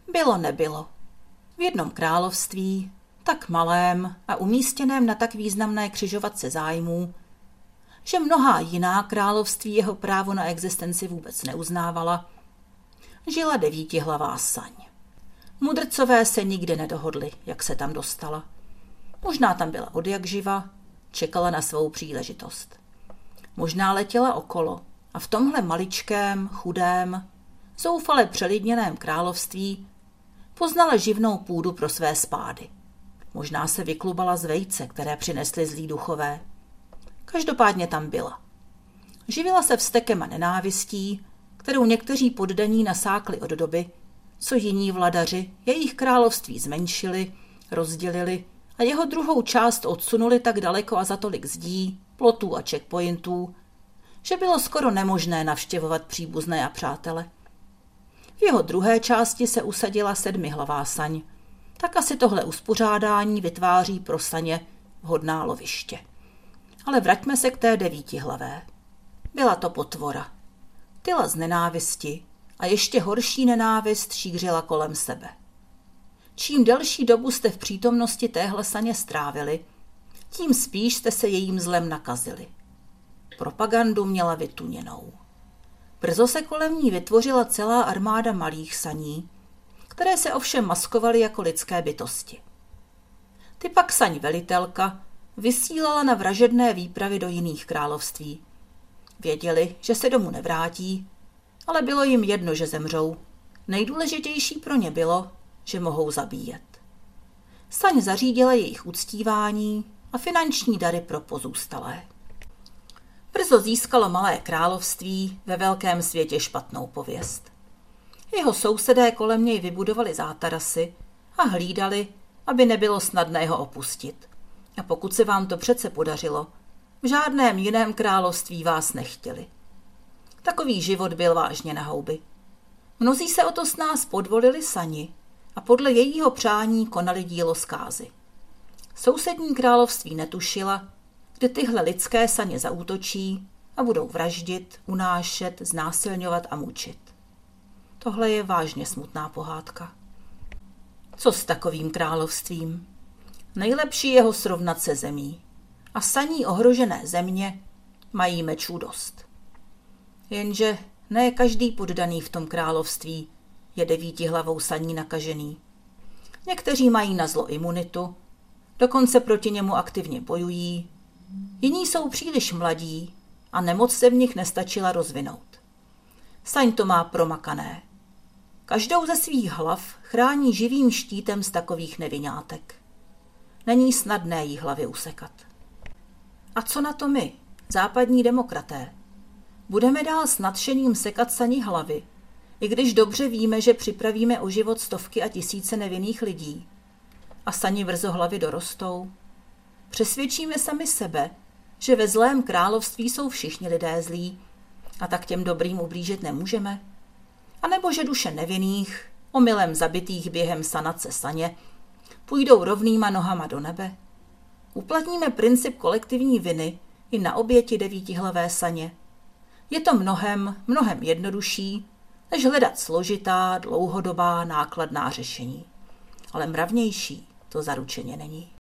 Bylo nebylo. V jednom království, tak malém a umístěném na tak významné křižovatce zájmů, že mnohá jiná království jeho právo na existenci vůbec neuznávala, žila 9hlavá Saň. Mudrcové se nikdy nedohodli, jak se tam dostala. Možná tam byla odjakživa, čekala na svou příležitost. Možná letěla okolo a v tomhle maličkém, chudém, zoufale přelidněném království poznala živnou půdu pro své spády. Možná se vyklubala z vejce, které přinesli zlí duchové. Každopádně tam byla. Živila se vztekem a nenávistí, kterou někteří poddaní nasákli od doby, co jiní vladaři jejich království zmenšili, rozdělili a jeho druhou část odsunuli tak daleko a za tolik zdí, plotů a checkpointů, že bylo skoro nemožné navštěvovat příbuzné a přátele. V jeho druhé části se usadila 7hlavá Saň, tak asi tohle uspořádání vytváří pro Saně vhodná loviště. Ale vraťme se k té 9hlavé. Byla to potvora. Tyla z nenávisti a ještě horší nenávist šířila kolem sebe. Čím delší dobu jste v přítomnosti téhle Saně strávili, tím spíš jste se jejím zlem nakazili. Propagandu měla vytuněnou. Brzo se kolem ní vytvořila celá armáda malých saní, které se ovšem maskovaly jako lidské bytosti. Ty pak Saň velitelka vysílala na vražedné výpravy do jiných království. Věděli, že se domů nevrátí, ale bylo jim jedno, že zemřou. Nejdůležitější pro ně bylo, že mohou zabíjet. Saň zařídila jejich uctívání a finanční dary pro pozůstalé. Brzo získalo malé království ve velkém světě špatnou pověst. Jeho sousedé kolem něj vybudovali zátarasy a hlídali, aby nebylo snadné ho opustit. A pokud se vám to přece podařilo, v žádném jiném království vás nechtěli. Takový život byl vážně na houby. Mnozí se o to s nás podvolili Sani a podle jejího přání konali dílo zkázy. Sousední království netušila, kde tyhle lidské Saně zaútočí a budou vraždit, unášet, znásilňovat a mučit. Tohle je vážně smutná pohádka. Co s takovým královstvím? Nejlepší je ho srovnat se zemí. A Saní ohrožené země mají mečů dost. Jenže ne každý poddaný v tom království je 9hlavou Saní nakažený. Někteří mají na zlo imunitu, dokonce proti němu aktivně bojují, jiní jsou příliš mladí a nemoc se v nich nestačila rozvinout. Saň to má promakané. Každou ze svých hlav chrání živým štítem z takových nevinátek. Není snadné jí hlavy usekat. A co na to my, západní demokraté? Budeme dál s nadšením sekat Sani hlavy, i když dobře víme, že připravíme o život stovky a tisíce nevinných lidí. A Sani brzo hlavy dorostou. Přesvědčíme sami sebe, že ve zlém království jsou všichni lidé zlí a tak těm dobrým ublížit nemůžeme. A nebo že duše nevinných, omylem zabitých během sanace Saně, půjdou rovnýma nohama do nebe. Uplatníme princip kolektivní viny i na oběti 9hlavé Saně. Je to mnohem jednodušší, než hledat složitá, dlouhodobá, nákladná řešení. Ale mravnější to zaručeně není.